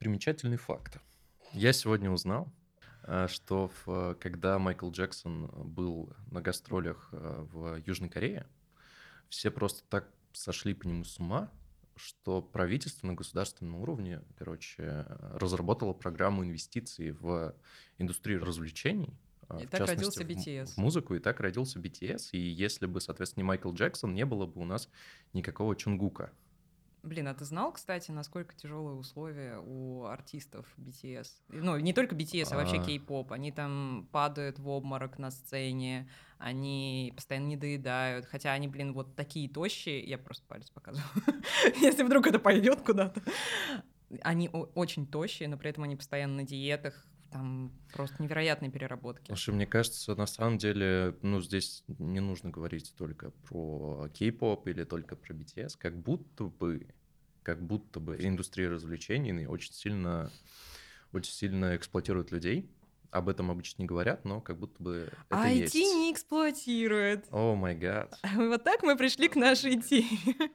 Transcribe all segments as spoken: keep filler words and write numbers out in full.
примечательный факт. Я сегодня узнал, э, что в- когда Майкл Джексон был на гастролях э, в Южной Корее, все просто так сошли по нему с ума, что правительство на государственном уровне, короче, разработало программу инвестиций в индустрию развлечений, э, И в так частности, родился в, м- би ти эс. в музыку, и так родился би ти эс. И если бы, соответственно, не Майкл Джексон, не было бы у нас никакого Чунгука. Блин, а ты знал, кстати, насколько тяжелые условия у артистов би ти эс? Ну, не только би ти эс, а вообще А, кей-поп. Они там падают в обморок на сцене, они постоянно не доедают, хотя они, блин, вот такие тощие, я просто палец показываю, если вдруг это пойдет куда-то. Они о- очень тощие, но при этом они постоянно на диетах, там просто невероятные переработки. Слушай, мне кажется, на самом деле, ну, здесь не нужно говорить только про кей-поп или только про би ти эс, как будто бы, как будто бы индустрия развлечений очень сильно, очень сильно эксплуатирует людей. Об этом обычно не говорят, но как будто бы это А ай ти есть. не эксплуатирует. О май гад. Вот так мы пришли к нашей теме.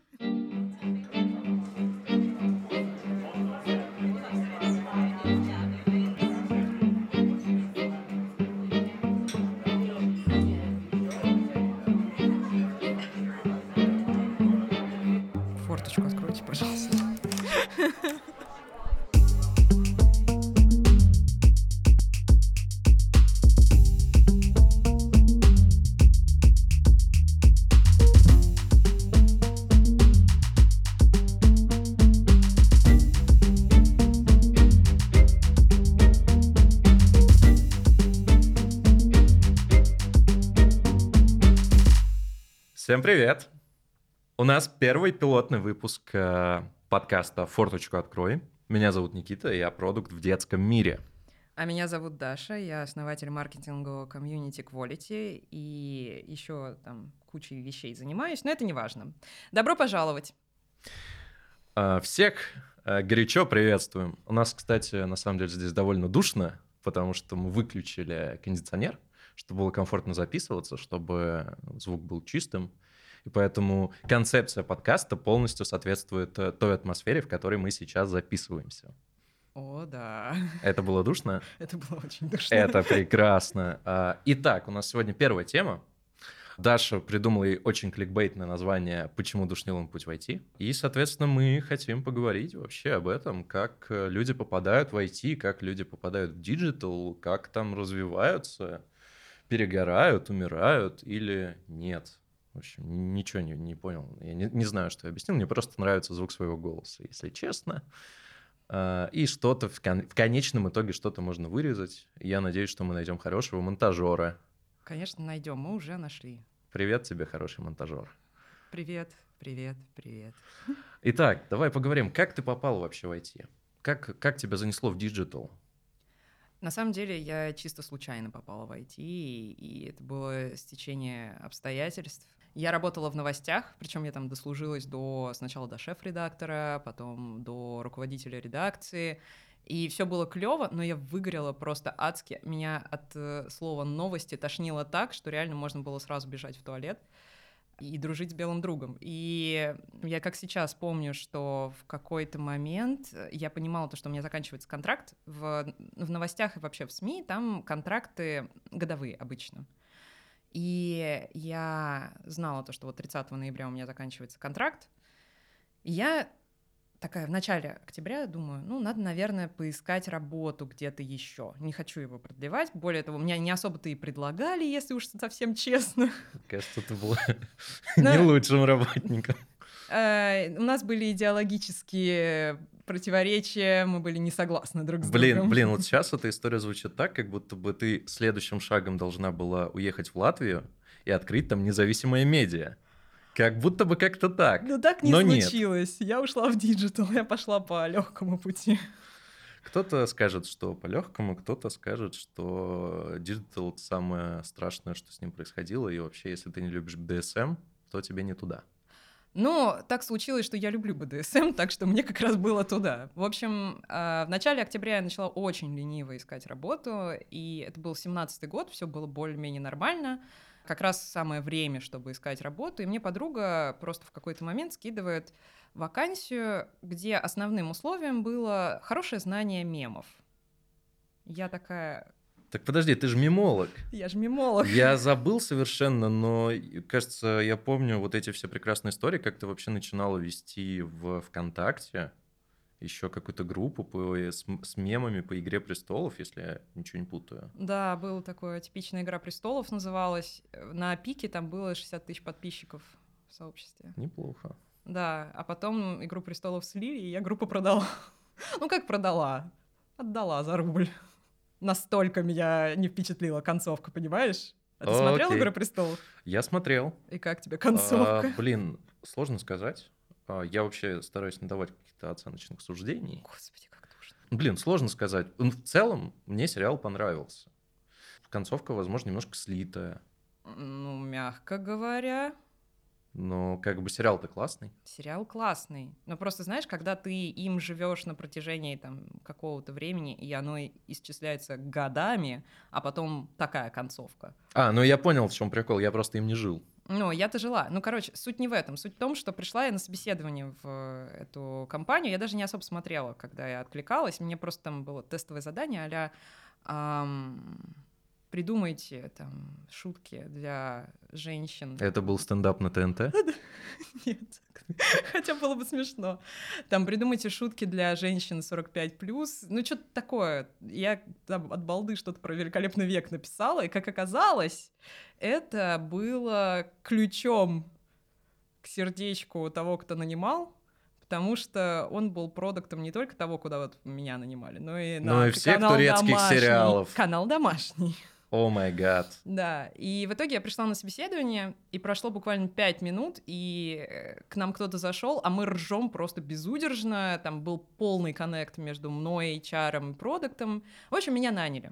Форточку откройте, пожалуйста. Всем привет! У нас первый пилотный выпуск э, подкаста «Форточку открой». Меня зовут Никита, и я продукт в детском мире. А меня зовут Даша, я основатель маркетингового комьюнити Quality и еще там кучей вещей занимаюсь, но это не важно. Добро пожаловать! Э, Всех э, горячо приветствуем. У нас, кстати, на самом деле здесь довольно душно, потому что мы выключили кондиционер, чтобы было комфортно записываться, чтобы звук был чистым. И поэтому концепция подкаста полностью соответствует э, той атмосфере, в которой мы сейчас записываемся. О, да, Это было душно? это было очень душно. Это прекрасно. А, Итак, у нас сегодня первая тема. Даша придумала ей очень кликбейтное название «Почему душнил путь в ай ти?». И, соответственно, мы хотим поговорить вообще об этом, как э, люди попадают в ай ти, как люди попадают в диджитал, как там развиваются, перегорают, умирают или нет. В общем, ничего не, не понял. Я не, не знаю, что я объяснил. Мне просто нравится звук своего голоса, если честно. А, И что-то в, кон- в конечном итоге что-то можно вырезать. Я надеюсь, что мы найдем хорошего монтажера. Конечно, найдем, мы уже нашли. Привет тебе, хороший монтажер. Привет, привет, привет. Итак, давай поговорим, как ты попал вообще в ай ти? Как, как тебя занесло в диджитал? На самом деле я чисто случайно попала в ай ти, и, и это было стечение обстоятельств. Я работала в новостях, причем я там дослужилась до сначала до шеф-редактора, потом до руководителя редакции. И все было клево, но я выгорела просто адски. Меня от э, слова новости тошнило так, что реально можно было сразу бежать в туалет и дружить с белым другом. И я как сейчас помню, что в какой-то момент я понимала то, что у меня заканчивается контракт. В, в новостях и вообще в СМИ там контракты годовые обычно. И я знала то, что вот тридцатого ноября у меня заканчивается контракт. И я такая в начале октября думаю, ну, надо, наверное, поискать работу где-то еще. Не хочу его продлевать. Более того, меня не особо-то и предлагали, если уж совсем честно. Кажется, ты была Но- не лучшим работником. Э, У нас были идеологические противоречия, мы были не согласны друг с Блин, другом. блин, вот сейчас эта история звучит так, как будто бы ты следующим шагом должна была уехать в Латвию и открыть там независимое медиа. Как будто бы как-то так. Ну так не Но нет. случилось. Я ушла в диджитал, я пошла по легкому пути. Кто-то скажет, что по-легкому, кто-то скажет, что диджитал — это самое страшное, что с ним происходило, и вообще, если ты не любишь би ди эс эм, то тебе не туда. Но так случилось, что я люблю бэ дэ эс эм, так что мне как раз было туда. В общем, э, в начале октября я начала очень лениво искать работу, и это был семнадцатый год, все было более-менее нормально. Как раз самое время, чтобы искать работу. И мне подруга просто в какой-то момент скидывает вакансию, где основным условием было хорошее знание мемов. Я такая... Так подожди, ты же мемолог. Я же мемолог. Я забыл совершенно, но, кажется, я помню вот эти все прекрасные истории, как ты вообще начинала вести в ВКонтакте еще какую-то группу по, с, с мемами по «Игре престолов», если я ничего не путаю. Да, была такая типичная «Игра престолов» называлась. На пике там было шестьдесят тысяч подписчиков в сообществе. Неплохо. Да, а потом «Игру престолов» слили, и я группу продала. Ну, как продала? Отдала за рубль. Настолько меня не впечатлила концовка, понимаешь? А ты смотрел Окей. «Игру престолов»? Я смотрел. И как тебе концовка? А, блин, сложно сказать. А, я вообще стараюсь не давать каких-то оценочных суждений. Господи, как душно. Блин, сложно сказать. В целом, мне сериал понравился. Концовка, возможно, немножко слитая. Ну, мягко говоря... Но как бы сериал-то классный. Сериал классный. Но просто, знаешь, когда ты им живешь на протяжении там какого-то времени, и оно исчисляется годами, а потом такая концовка. А, ну я понял, в чем прикол. Я просто им не жил. Ну, я-то жила. Ну, короче, суть не в этом. Суть в том, что пришла я на собеседование в эту компанию. Я даже не особо смотрела, когда я откликалась. Мне просто там было тестовое задание а-ля эм, придумайте там шутки для женщин. Это был стендап на ТНТ? Нет. Хотя было бы смешно. Там придумайте шутки для женщин сорок пять плюс. Ну, что-то такое. Я там от балды что-то про «Великолепный век» написала, и, как оказалось, это было ключом к сердечку того, кто нанимал, потому что он был продуктом не только того, куда вот меня нанимали, но и Но на и всех канал турецких домашний. сериалов. Канал «Домашний». О май гад. Да, и в итоге я пришла на собеседование, и прошло буквально пять минут, и к нам кто-то зашел, а мы ржем просто безудержно, там был полный коннект между мной, эйч ар и продуктом. В общем, меня наняли.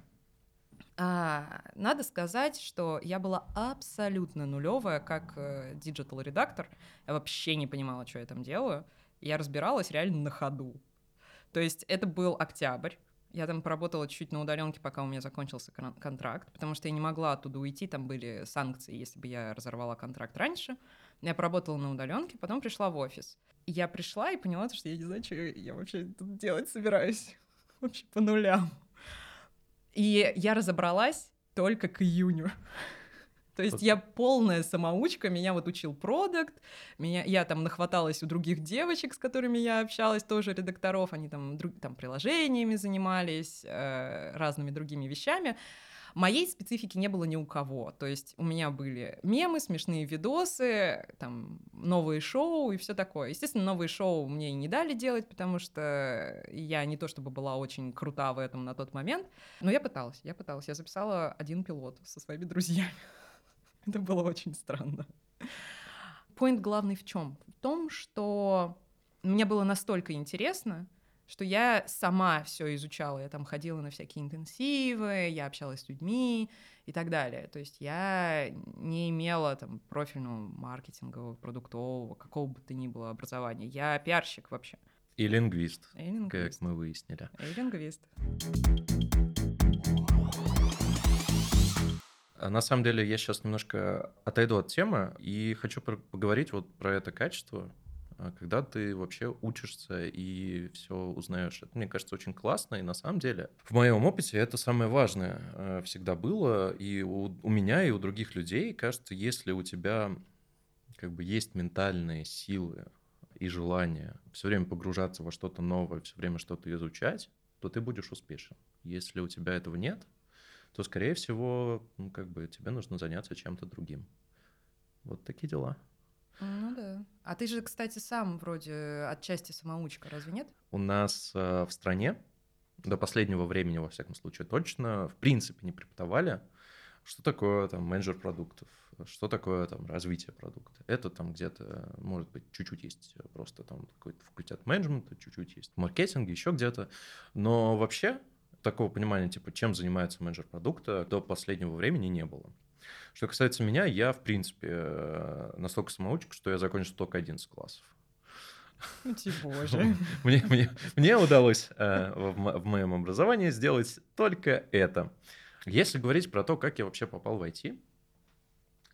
А, надо сказать, что я была абсолютно нулевая как диджитал-редактор. Я вообще не понимала, что я там делаю. Я разбиралась реально на ходу. То есть это был октябрь. Я там поработала чуть-чуть на удаленке, пока у меня закончился кон- контракт, потому что я не могла оттуда уйти, там были санкции, если бы я разорвала контракт раньше. Я поработала на удаленке, потом пришла в офис. Я пришла и поняла, что я не знаю, что я вообще тут делать собираюсь. Вообще по нулям. И я разобралась только к июню. То есть я полная самоучка, меня вот учил продакт, меня, я там нахваталась у других девочек, с которыми я общалась, тоже редакторов, они там, друг, там приложениями занимались, э, разными другими вещами. Моей специфики не было ни у кого, то есть у меня были мемы, смешные видосы, там, новые шоу и все такое. Естественно, новые шоу мне и не дали делать, потому что я не то чтобы была очень крута в этом на тот момент, но я пыталась, я пыталась, я записала один пилот со своими друзьями. Это было очень странно. Поинт главный в чем? В том, что мне было настолько интересно, что я сама все изучала. Я там ходила на всякие интенсивы, я общалась с людьми и так далее. То есть я не имела там профильного маркетингового, продуктового, какого бы то ни было образования. Я пиарщик вообще. И лингвист, И лингвист. как мы выяснили. И лингвист. На самом деле, я сейчас немножко отойду от темы и хочу про- поговорить вот про это качество, когда ты вообще учишься и все узнаешь. Это, мне кажется, очень классно, и на самом деле в моем опыте это самое важное э, всегда было, и у, у меня, и у других людей, кажется, если у тебя как бы есть ментальные силы и желание все время погружаться во что-то новое, все время что-то изучать, то ты будешь успешен. Если у тебя этого нет, то, скорее всего, ну, как бы тебе нужно заняться чем-то другим. Вот такие дела. Ну да. А ты же, кстати, сам вроде отчасти самоучка, разве нет? У нас э, в стране до последнего времени, во всяком случае, точно, в принципе, не преподавали, что такое там менеджер продуктов, что такое там развитие продукта. Это там где-то, может быть, чуть-чуть есть просто там какой-то факультет менеджмента, чуть-чуть есть в маркетинге, еще где-то. Но вообще такого понимания, типа, чем занимается менеджер продукта, до последнего времени не было. Что касается меня, я, в принципе, настолько самоучка, что я закончил только одиннадцать классов. Ути боже. Мне, мне, мне удалось э, в, в моем образовании сделать только это. Если говорить про то, как я вообще попал в ай ти,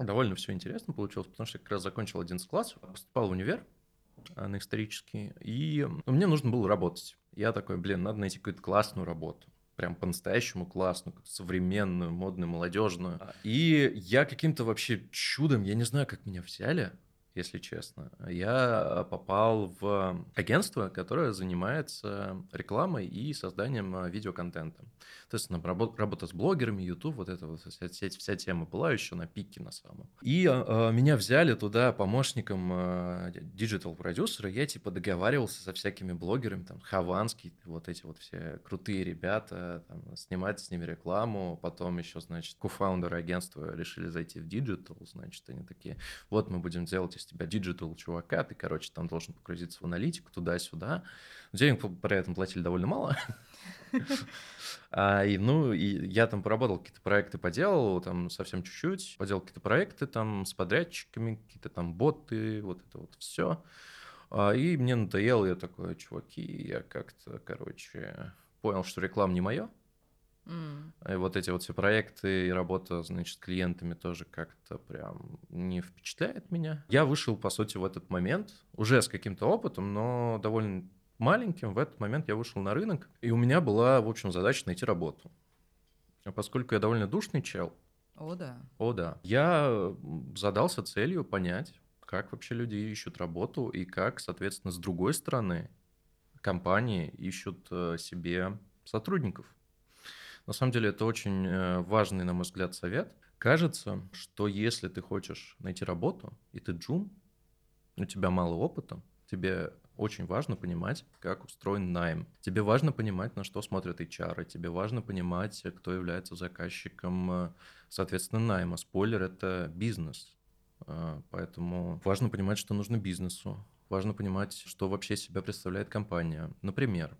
довольно все интересно получилось, потому что я как раз закончил одиннадцатый класс, поступал в универ а, на исторический, и ну, мне нужно было работать. Я такой, блин, надо найти какую-то классную работу. Прям по-настоящему классную, современную, модную, молодежную. И я каким-то вообще чудом, я не знаю, как меня взяли, если честно. Я попал в агентство, которое занимается рекламой и созданием а, видеоконтента. То есть там работа, работа с блогерами, YouTube, вот эта вот вся, вся, вся тема была еще на пике на самом. И а, а, меня взяли туда помощником а, диджитал-продюсера. Я типа договаривался со всякими блогерами, там Хованский, вот эти вот все крутые ребята, там, снимать с ними рекламу. Потом еще, значит, кофаундеры агентства решили зайти в диджитал, значит, они такие, вот мы будем делать из тебя диджитал чувака, ты, короче, там должен погрузиться в аналитику туда-сюда. Денег при этом платили довольно мало. А, и, ну, и я там поработал, какие-то проекты поделал, там совсем чуть-чуть, поделал какие-то проекты там с подрядчиками, какие-то там боты, вот это вот все. А, и мне надоело, я такой, чуваки, я как-то, короче, понял, что реклама не мое. М. И вот эти вот все проекты и работа, значит, с клиентами тоже как-то прям не впечатляет меня. Я вышел, по сути, в этот момент уже с каким-то опытом, но довольно маленьким. В этот момент я вышел на рынок, и у меня была, в общем, задача найти работу. А поскольку я довольно душный чел, О, да. о да, я м, задался целью понять, как вообще люди ищут работу и как, соответственно, с другой стороны компании ищут э, себе сотрудников. На самом деле это очень э, важный, на мой взгляд, совет. Кажется, что если ты хочешь найти работу, и ты джун, у тебя мало опыта, тебе очень важно понимать, как устроен найм. Тебе важно понимать, на что смотрят эйч ар, тебе важно понимать, кто является заказчиком, э, соответственно, найма. Спойлер – это бизнес. Э, Поэтому важно понимать, что нужно бизнесу. Важно понимать, что вообще из себя представляет компания. Например,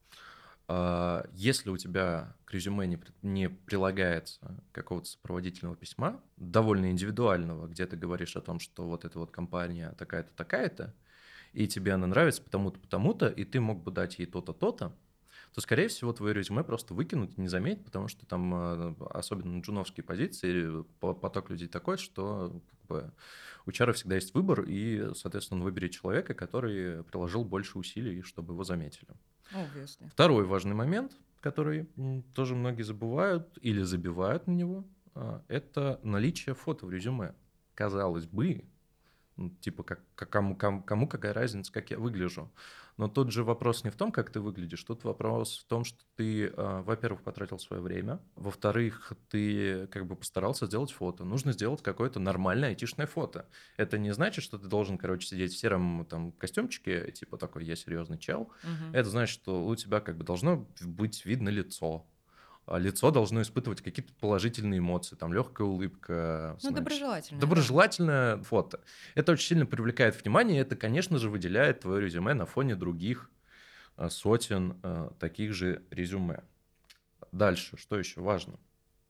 а, если у тебя к резюме не, при- не прилагается какого-то сопроводительного письма, довольно индивидуального, где ты говоришь о том, что вот эта вот компания такая-то, такая-то, и тебе она нравится потому-то, потому-то, и ты мог бы дать ей то-то, то-то, то, скорее всего, твое резюме просто выкинут и не заметят, потому что там, а, особенно на джуновские позиции, по- поток людей такой, что как бы, у эйч ар всегда есть выбор, и, соответственно, он выберет человека, который приложил больше усилий, чтобы его заметили. Obviously. Второй важный момент, который м, тоже многие забывают или забивают на него, а, это наличие фото в резюме. Казалось бы, ну, типа, как, как- кому, кому, кому какая разница, как я выгляжу. Но тут же вопрос не в том, как ты выглядишь, тут вопрос в том, что ты, а, во-первых, потратил свое время, во-вторых, ты как бы постарался сделать фото. Нужно сделать какое-то нормальное айтишное фото. Это не значит, что ты должен, короче, сидеть в сером там костюмчике, типа такой, я серьезный чел. Мгм. Это значит, что у тебя как бы должно быть видно лицо. А лицо должно испытывать какие-то положительные эмоции, там легкая улыбка, Ну, значит, доброжелательное, да. доброжелательное фото. Это очень сильно привлекает внимание, и это, конечно же, выделяет твое резюме на фоне других а, сотен а, таких же резюме. Дальше, что еще важно?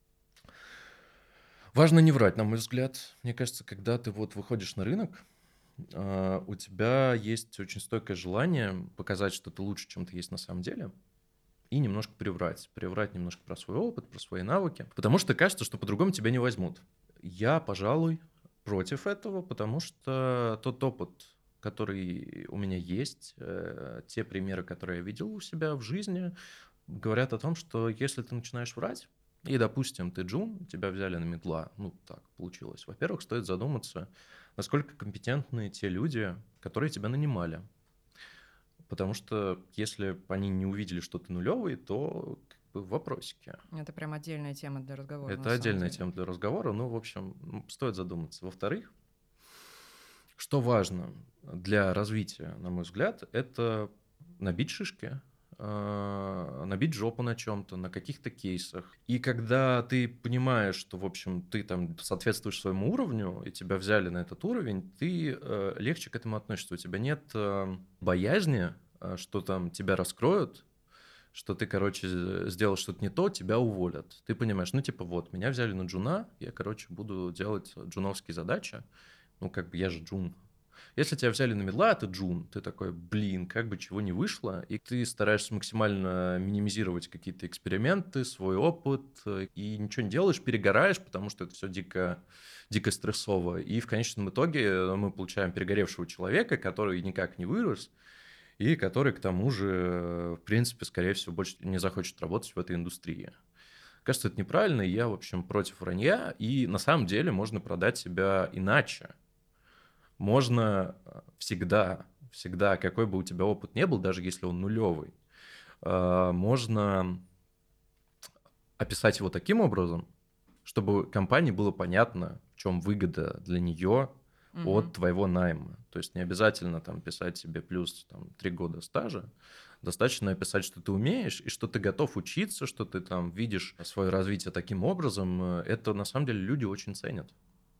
Важно не врать, на мой взгляд. Мне кажется, когда ты вот выходишь на рынок, а, у тебя есть очень стойкое желание показать, что ты лучше, чем ты есть на самом деле, и немножко приврать. Приврать немножко про свой опыт, про свои навыки, потому что кажется, что по-другому тебя не возьмут. Я, пожалуй, против этого, потому что тот опыт, который у меня есть, э, те примеры, которые я видел у себя в жизни, говорят о том, что если ты начинаешь врать, и, допустим, ты джун, тебя взяли на медла, ну, так получилось. Во-первых, стоит задуматься, насколько компетентны те люди, которые тебя нанимали. Потому что если бы они не увидели, что ты нулевый, то как бы вопросики. Это прям отдельная тема для разговора, на Это самом отдельная деле. тема для разговора, но, в общем, м, стоит задуматься. Во-вторых, что важно для развития, на мой взгляд, это набить шишки, а, набить жопу на чем-то, на каких-то кейсах. И когда ты понимаешь, что, в общем, ты там соответствуешь своему уровню, и тебя взяли на этот уровень, ты э, легче к этому относишься. У тебя нет э, боязни, э, что там тебя раскроют, что ты, короче, з- сделал что-то не то, тебя уволят. Ты понимаешь, ну, типа, вот, меня взяли на джуна, я, короче, буду делать джуновские задачи, ну, как бы я же джун. Если тебя взяли на медла, а ты джун, ты такой, блин, как бы чего не вышло, и ты стараешься максимально минимизировать какие-то эксперименты, свой опыт, э, и ничего не делаешь, перегораешь, потому что это все дико, дико стрессово. И в конечном итоге э, мы получаем перегоревшего человека, который никак не вырос, и который, к тому же, э, в принципе, скорее всего, больше не захочет работать в этой индустрии. Кажется, это неправильно, и я, в общем, против вранья, и на самом деле можно продать себя иначе. Можно э, всегда, всегда, какой бы у тебя опыт не был, даже если он нулевый, э, можно описать его таким образом, чтобы компании было понятно, в чем выгода для нее от Мгм. твоего найма. То есть не обязательно там писать себе плюс там, три года стажа, достаточно описать, что ты умеешь и что ты готов учиться, что ты там видишь свое развитие таким образом. Э, Это на самом деле люди очень ценят.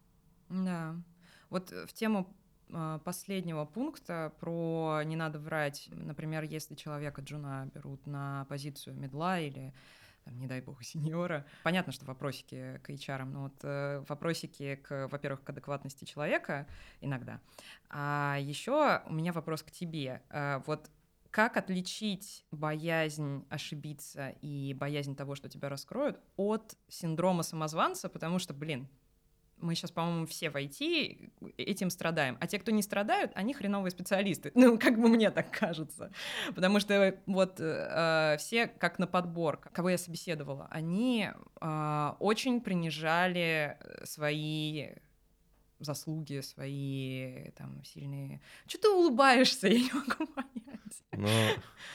Да. Вот э, в тему а, последнего пункта про не надо врать. Например, если человека джуна берут на позицию медла или, там, не дай бог, сеньора. Понятно, что вопросики к эйч ар, но вот э, вопросики, к, во-первых, к адекватности человека иногда. А еще у меня вопрос к тебе. А, вот как отличить боязнь ошибиться и боязнь того, что тебя раскроют, от синдрома самозванца? Потому что, блин, мы сейчас, по-моему, все в ай ти этим страдаем. А те, кто не страдают, они хреновые специалисты. Ну, как бы мне так кажется. Потому что вот э, все, как на подбор, кого я собеседовала, они э, очень принижали свои заслуги, свои там сильные... Чего ты улыбаешься? Я не могу понять. Но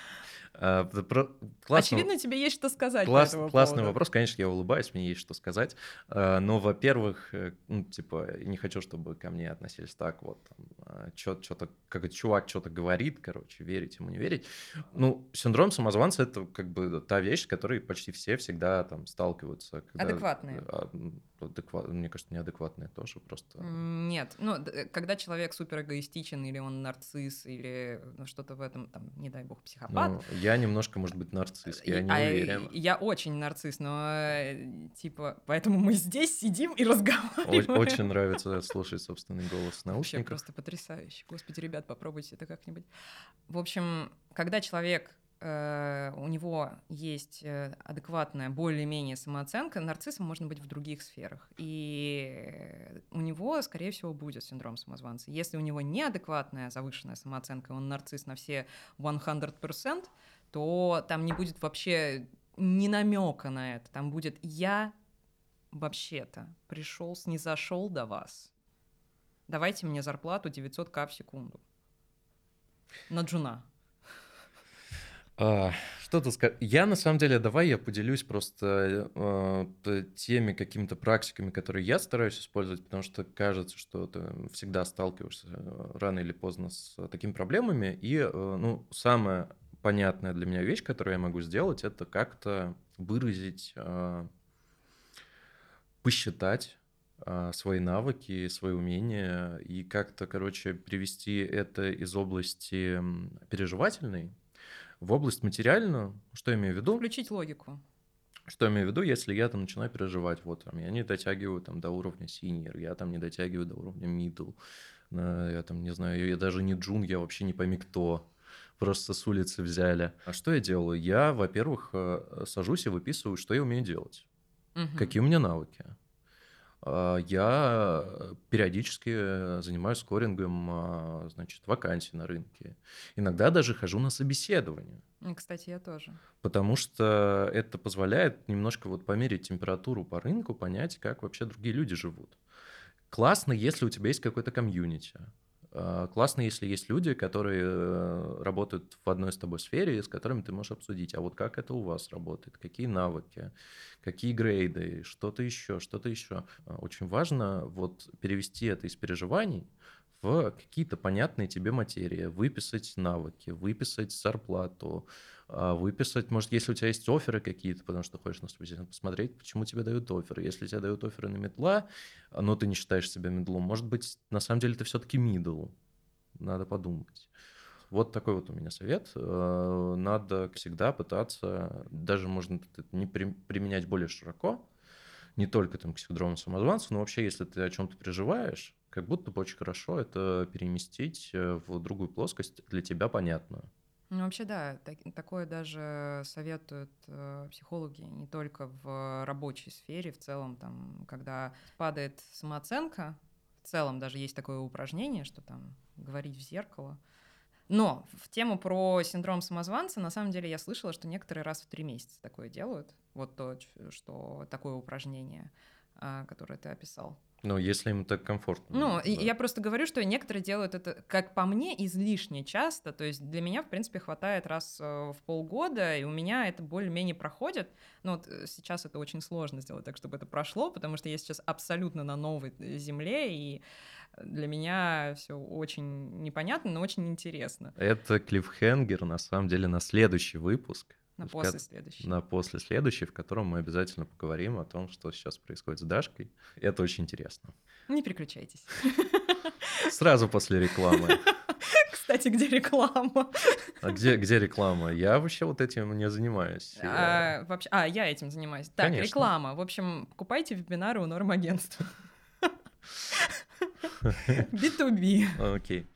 а, п- про- классно, Очевидно, тебе есть что сказать по Класс, этому классный поводу. вопрос, конечно, я улыбаюсь, мне есть что сказать. А, Но, во-первых, э, ну, типа, не хочу, чтобы ко мне относились так, вот, что-то, как чувак что-то говорит, короче, верить ему, не верить. Ну, синдром самозванца — это как бы та вещь, с которой почти все всегда там сталкиваются, когда, Адекватные. а, м, адекват- мне кажется, неадекватные тоже просто. М, Нет, ну, д- когда человек супер эгоистичен, или он нарцисс, или ну, что-то в этом, там, не дай бог, психопат. Ну, я немножко, может быть, нарцисс, я И- не а уверен. и- я очень нарцисс, но э, типа, поэтому мы здесь сидим и О- Очень разговариваем. нравится слушать собственный голос в Вообще наушниках. просто потрясающе. Господи, ребят, попробуйте это как-нибудь. В общем, когда человек, э, у него есть э, адекватная, более-менее самооценка, нарциссом можно быть в других сферах. И у него, скорее всего, будет синдром самозванца. Если у него неадекватная, завышенная самооценка, он нарцисс на все сто процентов, то там не будет вообще ни намека на это. Там будет «я вообще-то пришел, снизошел до вас. Давайте мне зарплату девятьсот тысяч в секунду». На джуна. А, что тут сказать? Я, на самом деле, давай я поделюсь просто э, т- теми какими-то практиками, которые я стараюсь использовать, потому что кажется, что ты всегда сталкиваешься э, рано или поздно с такими проблемами. И, э, ну, самая понятная для меня вещь, которую я могу сделать, это как-то выразить, э, посчитать а, свои навыки, свои умения и как-то, короче, привести это из области м, переживательной в область материальную. Что я имею в виду? Включить логику. Что я имею в виду, если я там начинаю переживать, вот там, я не дотягиваю там до уровня senior, я там не дотягиваю до уровня middle, на- я там, не знаю, я даже не джун, я вообще не пойми кто, просто с улицы взяли. А что я делаю? Я, во-первых, э, сажусь и выписываю, что я умею делать, Мгм. какие у меня навыки. А, Я э, периодически э, занимаюсь скорингом, а, значит, вакансий на рынке. Иногда даже хожу на собеседование, И, кстати, я тоже. потому что это позволяет немножко вот померить температуру по рынку, понять, как вообще другие люди живут. Классно, если у тебя есть какой-то комьюнити. А, Классно, если есть люди, которые э, работают в одной с тобой сфере, с которыми ты можешь обсудить, а вот как это у вас работает, какие навыки, какие грейды, что-то еще, что-то еще. А, Очень важно вот перевести это из переживаний в какие-то понятные тебе материи, выписать навыки, выписать зарплату, а, выписать, может, если у тебя есть офферы какие-то, потому что хочешь на собеседование посмотреть, почему тебе дают офферы. Если тебе дают офферы на медла, но ты не считаешь себя медлом, может быть, на самом деле ты все-таки мидл. Надо подумать. Вот такой вот у меня совет. Э, Надо всегда пытаться, даже можно это не при- применять более широко, не только там к синдрому самозванца, но вообще, если ты о чем-то переживаешь, как будто бы очень хорошо это переместить в другую плоскость, для тебя понятную. Ну, вообще, да, так, такое даже советуют э, психологи не только в рабочей сфере, в целом, там, когда падает самооценка, в целом даже есть такое упражнение, что там говорить в зеркало. Но в тему про синдром самозванца, на самом деле, я слышала, что некоторые раз в три месяца такое делают. Вот то, что такое упражнение, э, которое ты описал. Ну, если им так комфортно. Ну, да. я просто говорю, что некоторые делают это, как по мне, излишне часто. То есть для меня, в принципе, хватает раз в полгода, и у меня это более-менее проходит. Но вот сейчас это очень сложно сделать так, чтобы это прошло, потому что я сейчас абсолютно на новой земле, и для меня все очень непонятно, но очень интересно. Это клиффхенгер, на самом деле, на следующий выпуск. На после следующий. На после следующий, в котором мы обязательно поговорим о том, что сейчас происходит с Дашкой. Это очень интересно. Не переключайтесь. Сразу после рекламы. Кстати, где реклама? А где, где реклама? Я вообще вот этим не занимаюсь. А, я... Вообще... а, я этим занимаюсь. Так, Конечно. реклама. В общем, покупайте вебинары у Норм-агентства. би ту би. Окей.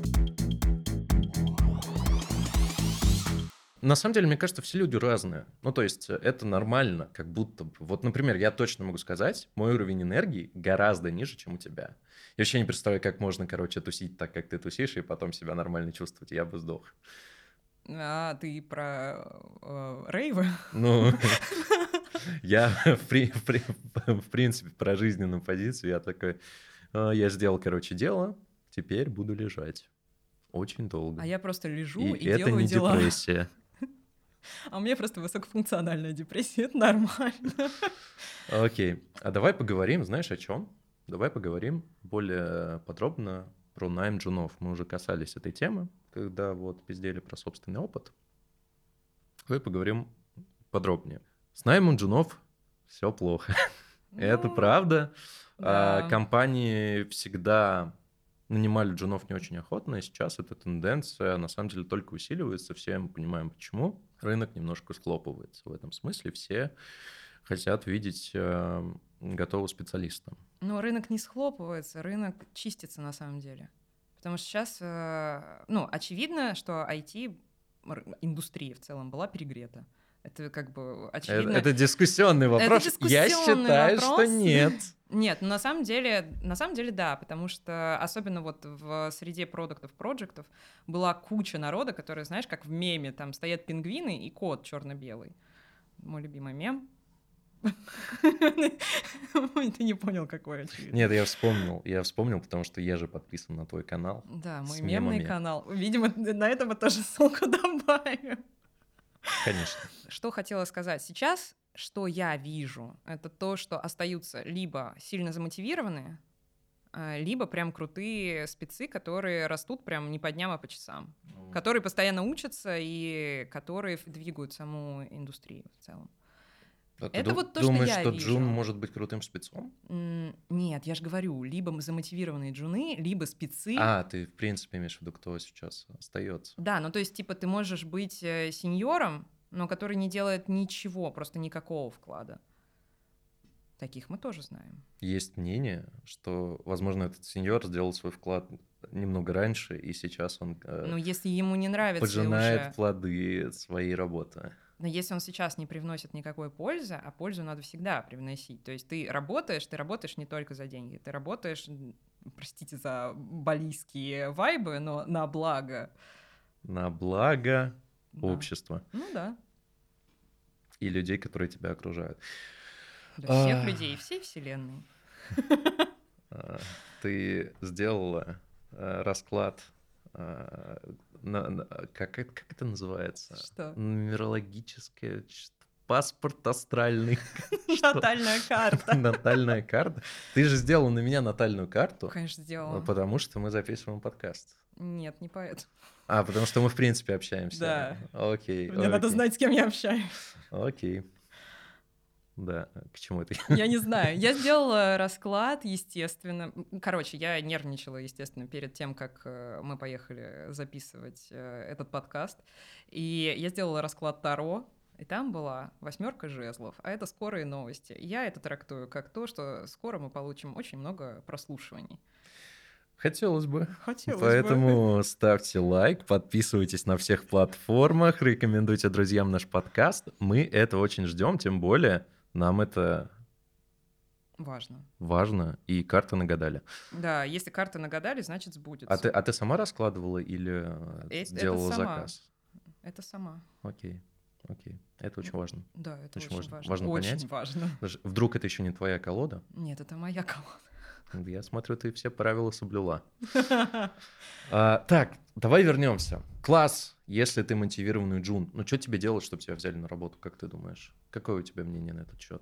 На самом деле, мне кажется, все люди разные. Ну, то есть это нормально, как будто бы. Вот, например, я точно могу сказать, мой уровень энергии гораздо ниже, чем у тебя. Я вообще не представляю, как можно, короче, тусить так, как ты тусишь, и потом себя нормально чувствовать. Я бы сдох. А ты про э, рейвы? Ну, я, в принципе, про жизненную позицию. Я такой, я сделал, короче, дело, теперь буду лежать. Очень долго. А я просто лежу и, и это делаю не дела. Депрессия. А у меня просто высокофункциональная депрессия, это нормально. Окей, а давай поговорим, знаешь, о чем? Давай поговорим более подробно про найм джунов. Мы уже касались этой темы, когда вот пиздели про собственный опыт. Давай поговорим подробнее. С наймом джунов все плохо. Ну, это правда. Да. Компании всегда нанимали джунов не очень охотно, и сейчас эта тенденция на самом деле только усиливается. Все мы понимаем, почему. Рынок немножко схлопывается в этом смысле. Все хотят видеть э, готового специалиста. Но рынок не схлопывается, рынок чистится на самом деле. Потому что сейчас, э, ну, очевидно, что ай ти-индустрия в целом была перегрета. Это как бы очевидно. Это, это дискуссионный вопрос. Это дискуссионный Я считаю, вопрос. что нет. Нет, ну на самом деле, на самом деле да, потому что особенно вот в среде продуктов-проджектов была куча народа, которые, знаешь, как в меме, там стоят пингвины и кот черно-белый. Мой любимый мем. Ты не понял, какой очевидно. Нет, я вспомнил. Я вспомнил, потому что я же подписан на твой канал. Да, мой мемный канал. Видимо, на это мы тоже ссылку добавим. Конечно. Что хотела сказать. Сейчас, что я вижу, это то, что остаются либо сильно замотивированные, либо прям крутые спецы, которые растут прям не по дням, а по часам. Mm. Которые постоянно учатся и которые двигают саму индустрию в целом. А это ты вот то, думаешь, что я что вижу. джун может быть крутым спецом? Mm, нет, я же говорю, либо замотивированные джуны, либо спецы. А, ты в принципе имеешь в виду, кто сейчас остается. Да, ну то есть типа ты можешь быть сеньором, но который не делает ничего, просто никакого вклада. Таких мы тоже знаем. Есть мнение, что, возможно, этот сеньор сделал свой вклад немного раньше, и сейчас он ну, если ему не нравится пожинает уже... плоды своей работы. Но если он сейчас не привносит никакой пользы, а пользу надо всегда привносить. То есть ты работаешь, ты работаешь не только за деньги, ты работаешь, простите за балийские вайбы, но на благо. На благо да. общества. Ну да. И людей, которые тебя окружают. Для всех а... людей, всей вселенной. Ты сделала расклад, на, на, как, как это называется? Что? Нумерологическое, паспорт астральный. Натальная карта. Натальная карта. Ты же сделала на меня натальную карту. Конечно, сделала. Потому что мы записываем подкаст. Нет, не поэтому. А, потому что мы, в принципе, общаемся. Да. Окей. Мне надо знать, с кем я общаюсь. Окей. Да, к чему это? Я не знаю. Я сделала расклад, естественно. Короче, я нервничала, естественно, перед тем, как мы поехали записывать этот подкаст. И я сделала расклад Таро, и там была восьмерка жезлов, а это скорые новости. Я это трактую как то, что скоро мы получим очень много прослушиваний. Хотелось бы. Хотелось бы. Поэтому ставьте лайк, подписывайтесь на всех платформах, рекомендуйте друзьям наш подкаст. Мы это очень ждем, тем более нам это Важно. важно, и карты нагадали. Да, если карты нагадали, значит А сбудется. ты, а ты сама раскладывала или Э- это делала сама. заказ? Это сама. Окей, окей. Это очень важно. Да, это Очень очень, важно. важно. Важно очень понять. важно. Даже вдруг это еще не твоя колода? Нет, это моя колода. Я смотрю, ты все правила соблюла. А, так, давай вернемся. Класс, если ты мотивированный джун. Ну, что тебе делать, чтобы тебя взяли на работу, как ты думаешь? Какое у тебя мнение на этот счет?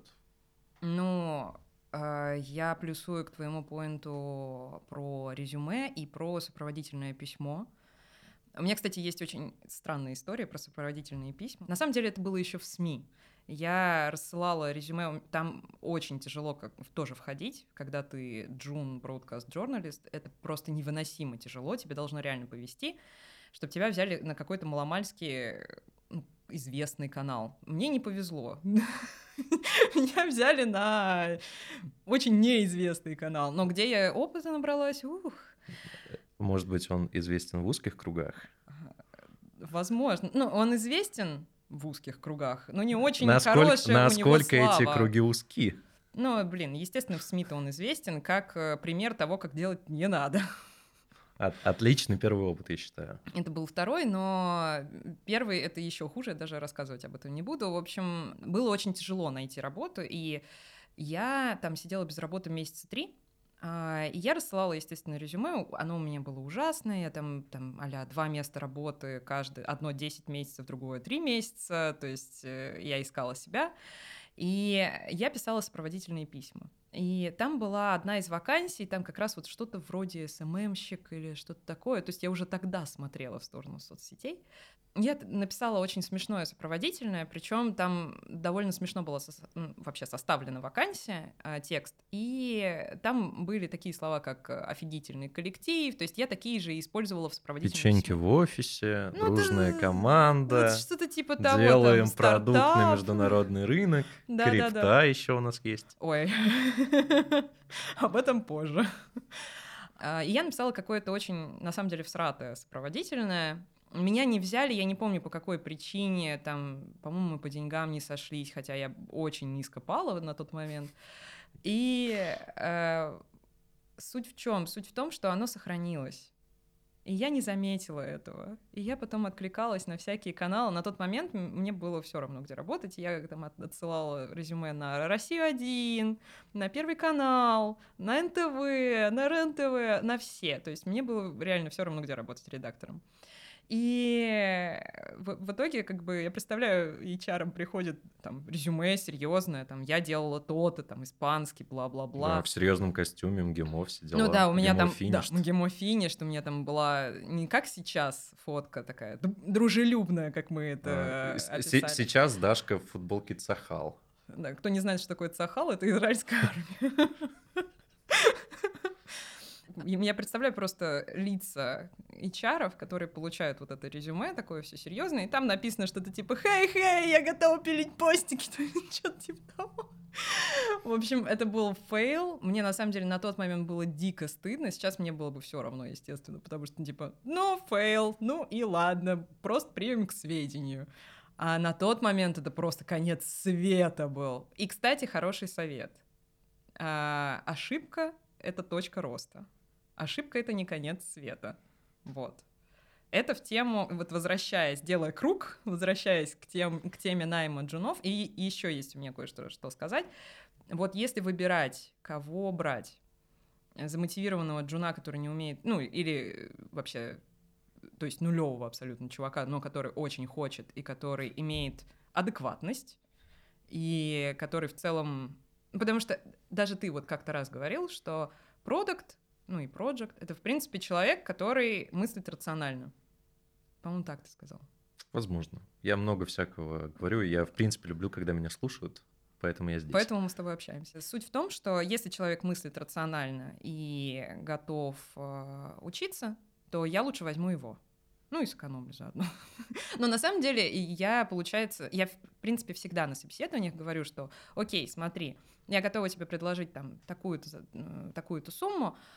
Ну, э, я плюсую к твоему поинту про резюме и про сопроводительное письмо. У меня, кстати, есть очень странная история про сопроводительные письма. На самом деле это было еще в СМИ. Я рассылала резюме, там очень тяжело как, тоже входить, когда ты джун broadcast journalist, это просто невыносимо тяжело, тебе должно реально повезти, чтобы тебя взяли на какой-то маломальский ну, известный канал. Мне не повезло. Меня взяли на очень неизвестный канал, но где я опыта набралась, ух. Может быть, он известен в узких кругах? Возможно. Ну, он известен в узких кругах, но не очень насколько, хорошая насколько у него слава. эти круги узки? Ну, блин, естественно, в СМИ-то он известен как э, пример того, как делать не надо. От, отличный первый опыт, я считаю. Это был второй, но первый — это еще хуже, я даже рассказывать об этом не буду. В общем, было очень тяжело найти работу, и я там сидела без работы месяца три, и я рассылала, естественно, резюме, оно у меня было ужасное, я там, там а-ля два места работы, каждое, одно десять месяцев, другое три месяца, то есть я искала себя, и я писала сопроводительные письма. И там была одна из вакансий, там как раз вот что-то вроде эс эм эм-щик или что-то такое, то есть я уже тогда смотрела в сторону соцсетей. Я написала очень смешное сопроводительное, причем там довольно смешно была со- ну, вообще составлена вакансия, э, текст, и там были такие слова, как офигительный коллектив, то есть я такие же использовала в сопроводительном Печеньки письме. в офисе, Ну, дружная да, команда, вот что-то типа того, делаем там, продукт на стартап. международный рынок, Да-да-да. крипта еще у нас есть. Ой, об этом позже. И я написала какое-то очень, на самом деле, всратое сопроводительное. Меня не взяли, я не помню по какой причине, там, по-моему, мы по деньгам не сошлись, хотя я очень низко пала на тот момент. И э, суть в чем? Суть в том, что оно сохранилось. И я не заметила этого. И я потом откликалась на всякие каналы. На тот момент мне было все равно, где работать. Я там отсылала резюме на Россию один, на Первый канал, на эн тэ вэ, на эр эн тэ вэ, на все. То есть мне было реально все равно, где работать редактором. И в, в итоге, как бы, я представляю, эйч ар приходит там резюме серьезное, там, я делала то-то, там, испанский, бла-бла-бла. Да, в серьезном костюме, МГИМО, все дела. Ну да, у меня МГИМО там, финиш. да, МГИМО финиш, что у меня там была не как сейчас фотка такая, дружелюбная, как мы это А, описали. Сейчас Дашка в футболке Цахал. Да, кто не знает, что такое Цахал, это израильская армия. Я представляю просто лица эйч ар-ов, которые получают вот это резюме, такое все серьезное, и там написано что-то типа «Хей-хей, я готова пилить постики», что-то типа того. В общем, это был фейл. Мне, на самом деле, на тот момент было дико стыдно. Сейчас мне было бы все равно, естественно, потому что, типа, ну, фейл, ну и ладно, просто примем к сведению. А на тот момент это просто конец света был. И, кстати, хороший совет. А, ошибка — это точка роста. Ошибка — это не конец света. Вот. Это в тему, вот возвращаясь, делая круг, возвращаясь к, тем, к теме найма джунов, и, и еще есть у меня кое-что что сказать. Вот если выбирать, кого брать, замотивированного джуна, который не умеет, ну, или вообще, то есть нулевого абсолютно чувака, но который очень хочет и который имеет адекватность, и который в целом... Потому что даже ты вот как-то раз говорил, что продукт, ну и project — это, в принципе, человек, который мыслит рационально. По-моему, так ты сказал. Возможно. Я много всякого говорю, и я, в принципе, люблю, когда меня слушают, поэтому я здесь. Поэтому мы с тобой общаемся. Суть в том, что если человек мыслит рационально и готов э, учиться, то я лучше возьму его. Ну и сэкономлю заодно. Но на самом деле я, получается, я, в принципе, всегда на собеседованиях говорю, что окей, смотри, я готова тебе предложить там такую-то, такую-то сумму,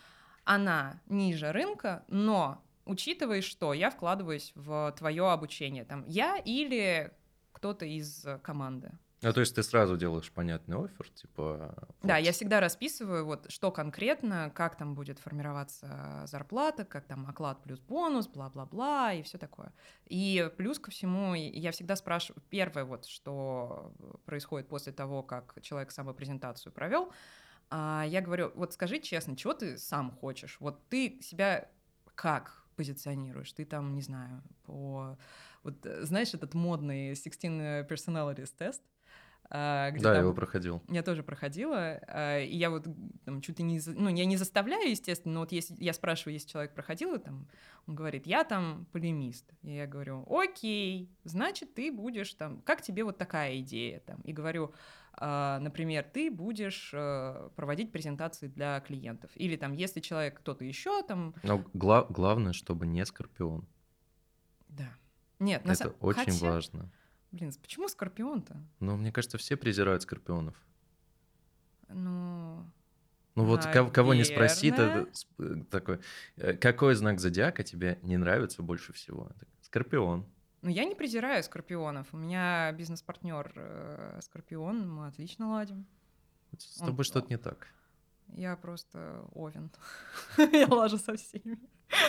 она ниже рынка, но учитывая, что я вкладываюсь в твое обучение, там, я или кто-то из команды. А то есть ты сразу делаешь понятный оффер, типа... Да, вот. я всегда расписываю, вот, что конкретно, как там будет формироваться зарплата, как там оклад плюс бонус, бла-бла-бла и все такое. И плюс ко всему я всегда спрашиваю, первое, вот, что происходит после того, как человек самопрезентацию провел, я говорю, вот скажи честно, чего ты сам хочешь? Вот ты себя как позиционируешь? Ты там, не знаю, по... Вот знаешь этот модный sixteen personalities тест? Uh, где да, там... я его проходил. Я тоже проходила, uh, и я вот там, чуть ли не... Ну, я не заставляю, естественно, но вот если я спрашиваю, если человек проходил, там, он говорит, я там полемист. И я говорю, окей, значит, ты будешь там... Как тебе вот такая идея? Там? И говорю, uh, например, ты будешь uh, проводить презентации для клиентов. Или там, если человек кто-то еще там... Но гла- главное, чтобы не Скорпион. Да. Нет, это на самом... очень Хотя... важно. Блин, почему Скорпион-то? Ну, мне кажется, все презирают Скорпионов. Ну... Ну вот Наверное. кого не спроси, это такой, какой знак зодиака тебе не нравится больше всего? Скорпион. Ну, я не презираю скорпионов. У меня бизнес-партнер э, Скорпион, мы отлично ладим. С тобой Он... что-то не так. Я просто овен. Я лажу со всеми.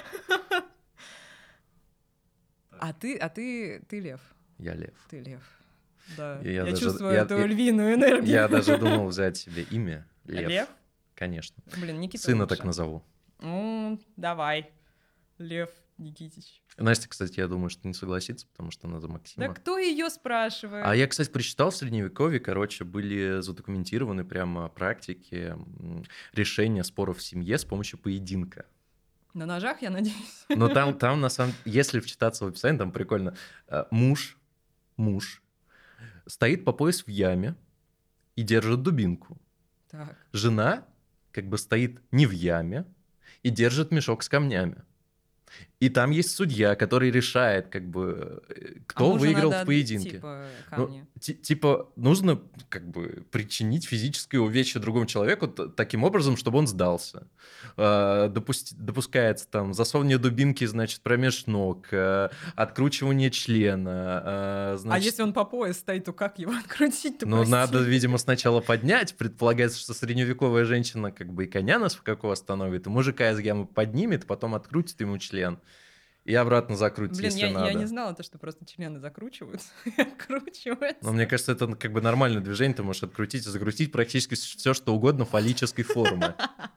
А ты, а ты, ты лев. Я лев. Ты лев. Да. Я, я даже, чувствую я, эту я, львиную энергию. Я даже думал взять себе имя Лев. Лев? Конечно. Блин, Никита Сына лучше. Так назову. Ну, давай. Лев Никитич. Настя, кстати, я думаю, что не согласится, потому что она за Максима. Да кто ее спрашивает? А я, кстати, прочитал в Средневековье, короче, были задокументированы прямо практики решения споров в семье с помощью поединка. На ножах, я надеюсь. Но там, там на самом деле, если вчитаться в описание, там прикольно. Муж, муж стоит по пояс в яме и держит дубинку. Так. Жена как бы стоит не в яме и держит мешок с камнями. И там есть судья, который решает, как бы, кто а выиграл надо в поединке. Типа, камни. Ну, т- типа, нужно как бы причинить физическое увечье другому человеку т- таким образом, чтобы он сдался. А, допусти- допускается там засовывание дубинки, значит, промеж ног, а, откручивание члена. А, значит... а если он по пояс стоит, то как его открутить? Ну, надо, видимо, сначала поднять. Предполагается, что средневековая женщина как бы и коня нас в какого остановит, и мужика из ямы поднимет, потом открутит ему член. И обратно закрутить, Блин, если я, надо. я не знала, то, что просто члены закручиваются и откручиваются. Но мне кажется, это как бы нормальное движение. Ты можешь открутить и закрутить практически все, что угодно фаллической формы.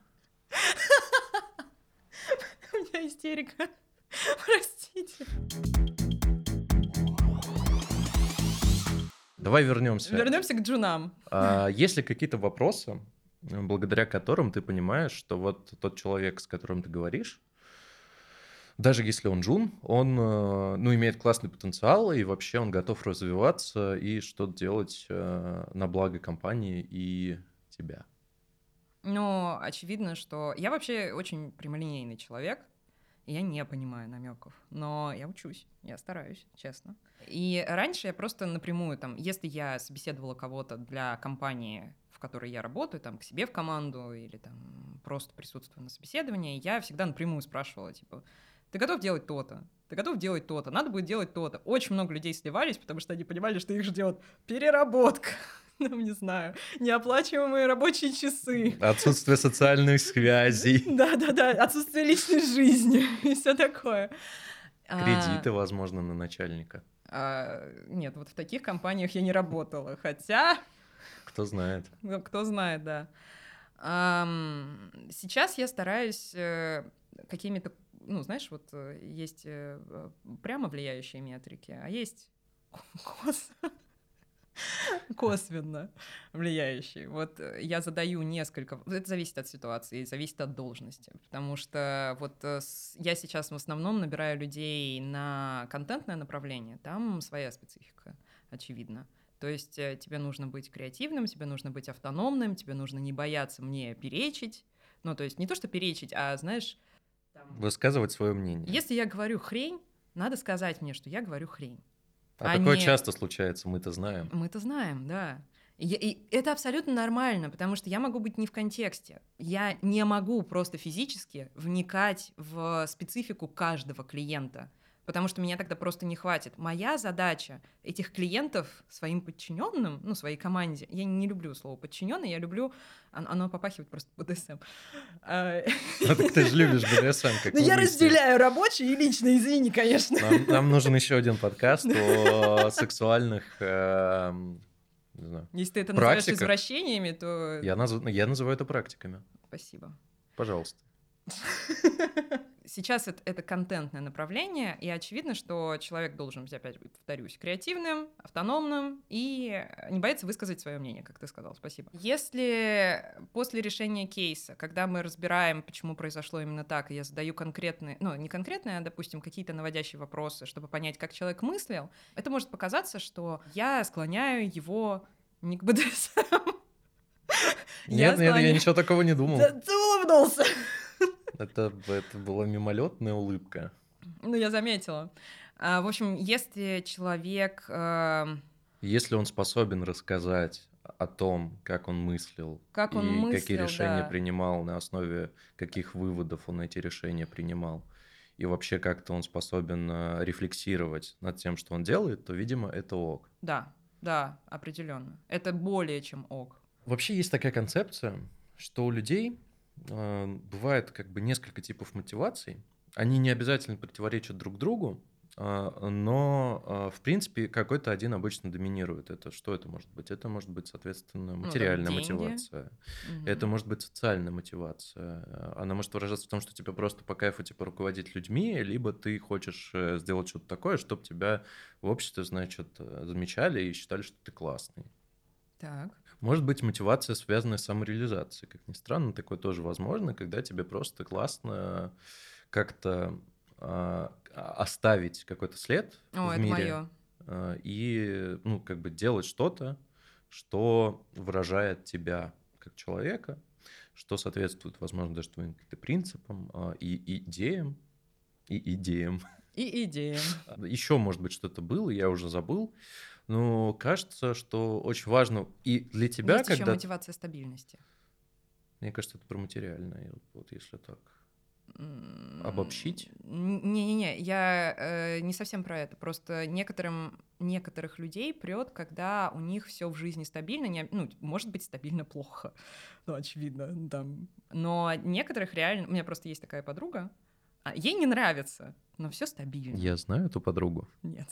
У меня истерика. Простите. Давай вернемся. Вернемся к джунам. А, есть ли какие-то вопросы, благодаря которым ты понимаешь, что вот тот человек, с которым ты говоришь, даже если он джун, он, ну, имеет классный потенциал, и вообще он готов развиваться и что-то делать на благо компании и тебя? Ну, очевидно, что я вообще очень прямолинейный человек, и я не понимаю намеков, но я учусь, я стараюсь, честно. И раньше я просто напрямую, там, если я собеседовала кого-то для компании, в которой я работаю, там, к себе в команду или там просто присутствую на собеседовании, я всегда напрямую спрашивала, типа, ты готов делать то-то? Ты готов делать то-то? Надо будет делать то-то. Очень много людей сливались, потому что они понимали, что их ждет переработка. Ну, не знаю, неоплачиваемые рабочие часы. Отсутствие социальных связей. Да-да-да, отсутствие личной жизни и все такое. Кредиты, а, возможно, на начальника. А, нет, вот в таких компаниях я не работала, хотя... Кто знает. Ну, кто знает, да. А, сейчас я стараюсь какими-то... Ну, знаешь, вот есть прямо влияющие метрики, а есть косвенно. косвенно влияющие. Вот я задаю несколько... Это зависит от ситуации, зависит от должности, потому что вот я сейчас в основном набираю людей на контентное направление, там своя специфика, очевидно. То есть тебе нужно быть креативным, тебе нужно быть автономным, тебе нужно не бояться мне перечить. Ну, то есть не то, что перечить, а, знаешь... Там... Высказывать свое мнение. Если я говорю хрень, надо сказать мне, что я говорю хрень. А, а такое не... часто случается, мы-то знаем. Мы-то знаем, да. И, и это абсолютно нормально, потому что я могу быть не в контексте. Я не могу просто физически вникать в специфику каждого клиента, потому что меня тогда просто не хватит. Моя задача этих клиентов своим подчиненным, ну, своей команде, я не люблю слово подчиненный, я люблю, оно попахивает просто бэ дэ эс эм. А так ты же любишь бэ дэ эс эм, как Ну, мы я выяснили. разделяю рабочее и личное, извини, конечно. Нам, нам нужен еще один подкаст о сексуальных, э, не знаю, Если ты это называешь практиках. извращениями, то... Я, наз... я называю это практиками. Спасибо. Пожалуйста. Сейчас это, это контентное направление, и очевидно, что человек должен быть, опять повторюсь, креативным, автономным и не бояться высказать свое мнение, как ты сказал. Спасибо. Если после решения кейса, когда мы разбираем, почему произошло именно так, и я задаю конкретные, ну, не конкретные, а, допустим, какие-то наводящие вопросы, чтобы понять, как человек мыслил, это может показаться, что я склоняю его не к бэ дэ эс эм. Нет, нет, я ничего такого не думал. Ты улыбнулся. Это, это была мимолетная улыбка. Ну, я заметила. А, в общем, если человек... Э... Если он способен рассказать о том, как он мыслил, как он и мыслил, какие решения да. принимал, на основе каких выводов он эти решения принимал, и вообще как-то он способен рефлексировать над тем, что он делает, то, видимо, это ок. Да, да, определенно. Это более чем ок. Вообще есть такая концепция, что у людей э, бывает как бы несколько типов мотиваций. Они не обязательно противоречат друг другу, э, но э, в принципе какой-то один обычно доминирует. Это что это может быть? Это может быть, соответственно, материальная ну, мотивация. Угу. Это может быть социальная мотивация. Она может выражаться в том, что тебе просто по кайфу типа руководить людьми, либо ты хочешь сделать что-то такое, чтобы тебя в обществе, значит, замечали и считали, что ты классный. Так. Может быть, мотивация, связанная с самореализацией. Как ни странно, такое тоже возможно, когда тебе просто классно как-то э, оставить какой-то след О, в это мире моё. э, и, ну, как бы делать что-то, что выражает тебя как человека, что соответствует, возможно, даже твоим каким-то принципам э, и идеям, и идеям. И идеям. Еще, может быть, что-то было, я уже забыл. Но кажется, что очень важно и для тебя, Есть когда... еще мотивация стабильности. Мне кажется, это про материальное, вот если так обобщить. Не-не-не, я э, не совсем про это. Просто некоторым, некоторых людей прет, когда у них все в жизни стабильно. Не, ну, может быть, стабильно плохо. Ну, очевидно, там. Но некоторых реально... У меня просто есть такая подруга. А, ей не нравится, но все стабильно. Я знаю эту подругу. Нет.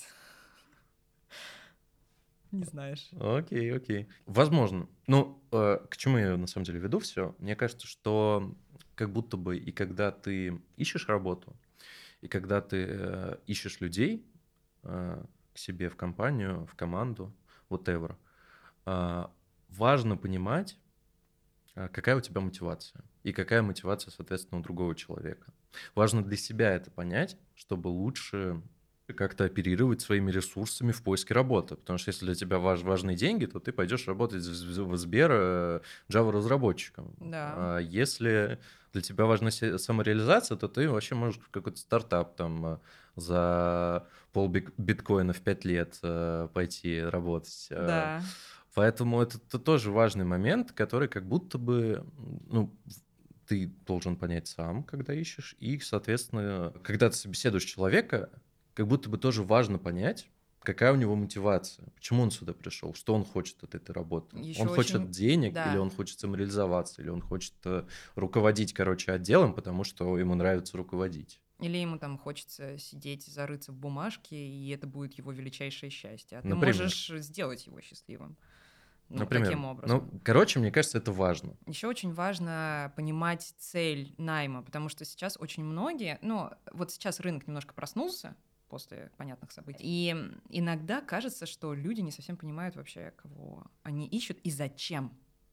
Не знаешь. Окей, окей. Возможно. Ну, э, к чему я на самом деле веду все? Мне кажется, что как будто бы и когда ты ищешь работу, и когда ты э, ищешь людей э, к себе в компанию, в команду, whatever, э, важно понимать, э, какая у тебя мотивация и какая мотивация, соответственно, у другого человека. Важно для себя это понять, чтобы лучше как-то оперировать своими ресурсами в поиске работы. Потому что если для тебя важ, важны деньги, то ты пойдешь работать в Сбер Java-разработчиком. Да. А если для тебя важна самореализация, то ты вообще можешь в какой-то стартап там за пол биткоина в пять лет пойти работать. Да. Поэтому это, это тоже важный момент, который как будто бы... Ну, ты должен понять сам, когда ищешь, и, соответственно, когда ты собеседуешь человека, как будто бы тоже важно понять, какая у него мотивация, почему он сюда пришел, что он хочет от этой работы. Еще он очень... хочет денег, да. или он хочет самореализоваться, или он хочет руководить, короче, отделом, потому что ему нравится руководить. Или ему там хочется сидеть, зарыться в бумажке, и это будет его величайшее счастье. А ты Например. можешь сделать его счастливым. Ну, Например. таким образом. Ну, короче, мне кажется, это важно. Еще очень важно понимать цель найма, потому что сейчас очень многие, ну, вот сейчас рынок немножко проснулся после понятных событий, и иногда кажется, что люди не совсем понимают вообще, кого они ищут и зачем.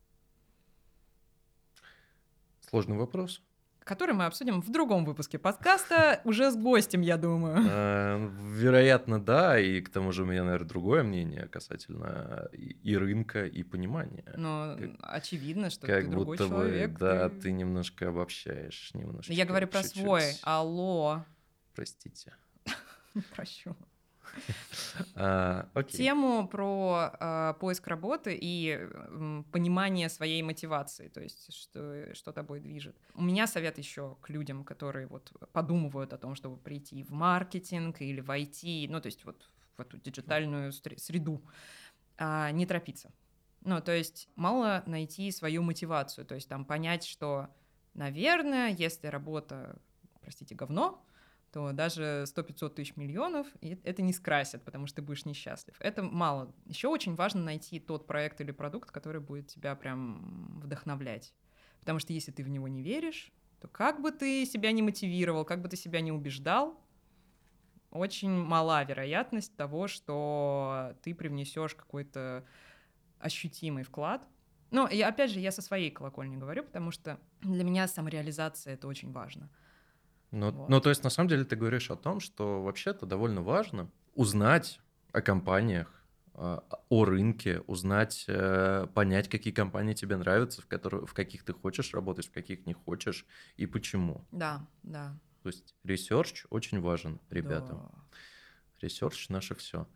Сложный вопрос. Который мы обсудим в другом выпуске подкаста, уже с гостем, я думаю. Вероятно, да, и к тому же у меня, наверное, другое мнение касательно и рынка, и понимания. Ну, очевидно, что как ты другой будто человек. Бы, да, ты... ты немножко обобщаешь, немножко. Я говорю про чуть-чуть. свой, алло. Простите. Прощу. А, окей. Тему про а, поиск работы и м, понимание своей мотивации, то есть что, что тобой движет. У меня совет еще к людям, которые вот подумывают о том, чтобы прийти в маркетинг или в ай ти, ну то есть вот в эту диджитальную стре- среду, а, не торопиться. Ну то есть мало найти свою мотивацию, то есть там понять, что, наверное, если работа, простите, говно, то даже сто-пятьсот тысяч миллионов и это не скрасит, потому что ты будешь несчастлив. Это мало. Еще очень важно найти тот проект или продукт, который будет тебя прям вдохновлять. Потому что если ты в него не веришь, то как бы ты себя не мотивировал, как бы ты себя не убеждал, очень мала вероятность того, что ты привнесешь какой-то ощутимый вклад. Но и опять же, я со своей колокольни говорю, потому что для меня самореализация — это очень важно. Ну, Вот. ну, то есть, на самом деле, ты говоришь о том, что вообще-то довольно важно узнать о компаниях, а, о рынке, узнать, э, понять, какие компании тебе нравятся, в, которые, в каких ты хочешь работать, в каких не хочешь, и почему. Да, да. То есть ресерч очень важен, ребята. Да. Ресерч — наше все.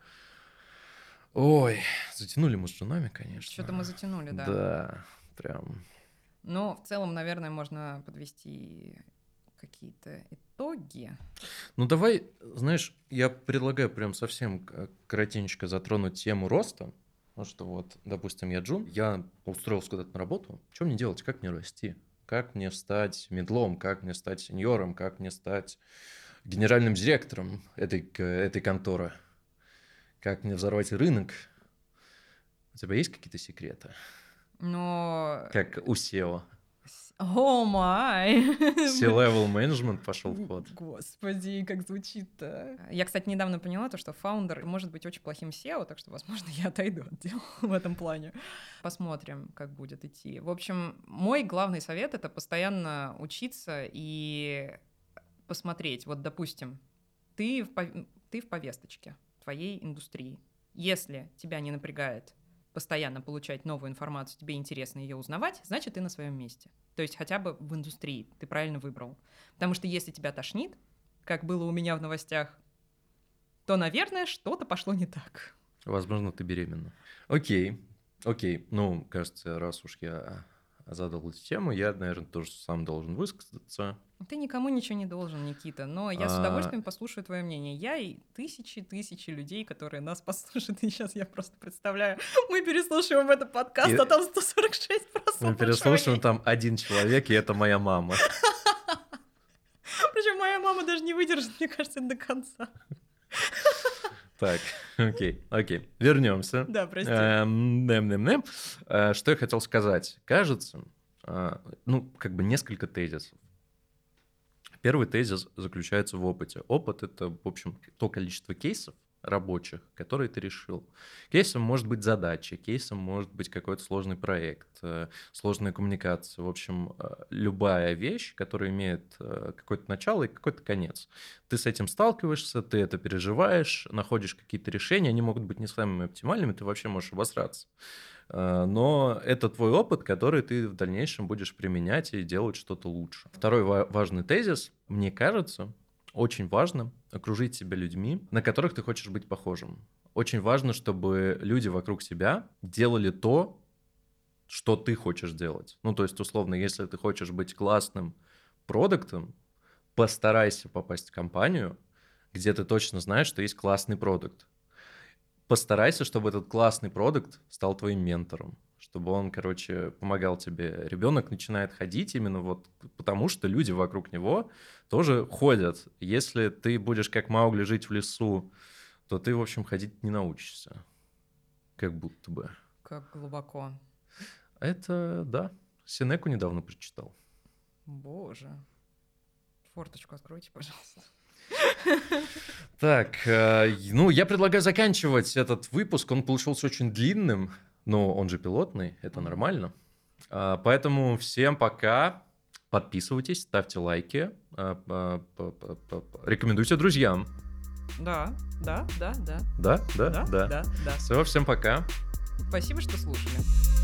Ой, затянули мы с женами, конечно. Что-то мы затянули, да. Да, прям. Но в целом, наверное, можно подвести какие-то итоги. Ну давай, знаешь, я предлагаю прям совсем к- коротенько затронуть тему роста. Ну что вот, допустим, я джун, я устроился куда-то на работу. Что мне делать, как мне расти? Как мне стать медлом, как мне стать сеньором, как мне стать генеральным директором этой, к- этой конторы? Как мне взорвать рынок? У тебя есть какие-то секреты? Но... Как у сео. О май! C-level management пошел в ход. Господи, как звучит-то. Я, кстати, недавно поняла то, что фаундер может быть очень плохим сео, так что, возможно, я отойду от дела в этом плане. Посмотрим, как будет идти. В общем, мой главный совет — это постоянно учиться и посмотреть. Вот, допустим, ты в, пов- ты в повесточке твоей индустрии. Если тебя не напрягает постоянно получать новую информацию, тебе интересно ее узнавать, значит, ты на своем месте. То есть хотя бы в индустрии ты правильно выбрал. Потому что если тебя тошнит, как было у меня в новостях, то, наверное, что-то пошло не так. Возможно, ты беременна. Окей, окей. Ну, кажется, раз уж я задал эту тему, я, наверное, тоже сам должен высказаться. Ты никому ничего не должен, Никита, но я с А, удовольствием послушаю твое мнение. Я и тысячи-тысячи людей, которые нас послушают, и сейчас я просто представляю, мы переслушиваем этот подкаст, И- а там сто сорок шесть Мы прослушиваний. переслушиваем там один человек, и это моя мама. Причем моя мама даже не выдержит, мне кажется, до конца. Так, окей, окей. Вернемся. Да, прости. Эм, нэм-нэм-нэм. Э, Что я хотел сказать? Кажется, э, ну, как бы несколько тезисов. Первый тезис заключается в опыте. Опыт — это, в общем, то количество кейсов рабочих, которые ты решил. Кейсом может быть задача, кейсом может быть какой-то сложный проект, э, сложная коммуникация. В общем, э, любая вещь, которая имеет э, какое-то начало и какой-то конец. Ты с этим сталкиваешься, ты это переживаешь, находишь какие-то решения, они могут быть не самыми оптимальными, ты вообще можешь обосраться. Э, Но это твой опыт, который ты в дальнейшем будешь применять и делать что-то лучше. Второй ва- важный тезис, мне кажется, очень важно окружить себя людьми, на которых ты хочешь быть похожим. Очень важно, чтобы люди вокруг тебя делали то, что ты хочешь делать. Ну, то есть, условно, если ты хочешь быть классным продуктом, постарайся попасть в компанию, где ты точно знаешь, что есть классный продукт. Постарайся, чтобы этот классный продукт стал твоим ментором, чтобы он, короче, помогал тебе. Ребенок начинает ходить именно вот потому, что люди вокруг него тоже ходят. Если ты будешь как Маугли жить в лесу, то ты, в общем, ходить не научишься. Как будто бы. Как глубоко. Это, да, Сенеку недавно прочитал. Боже. Форточку откройте, пожалуйста. Так, э, ну, я предлагаю заканчивать этот выпуск. Он получился очень длинным, но он же пилотный, это Мгм. нормально. А, Поэтому всем пока. Подписывайтесь, ставьте лайки, а, а, п- п- п- п- рекомендуйте друзьям. Да, да, да, да. Да, да, Да, да. да, да. Все, всем пока. Спасибо, что слушали.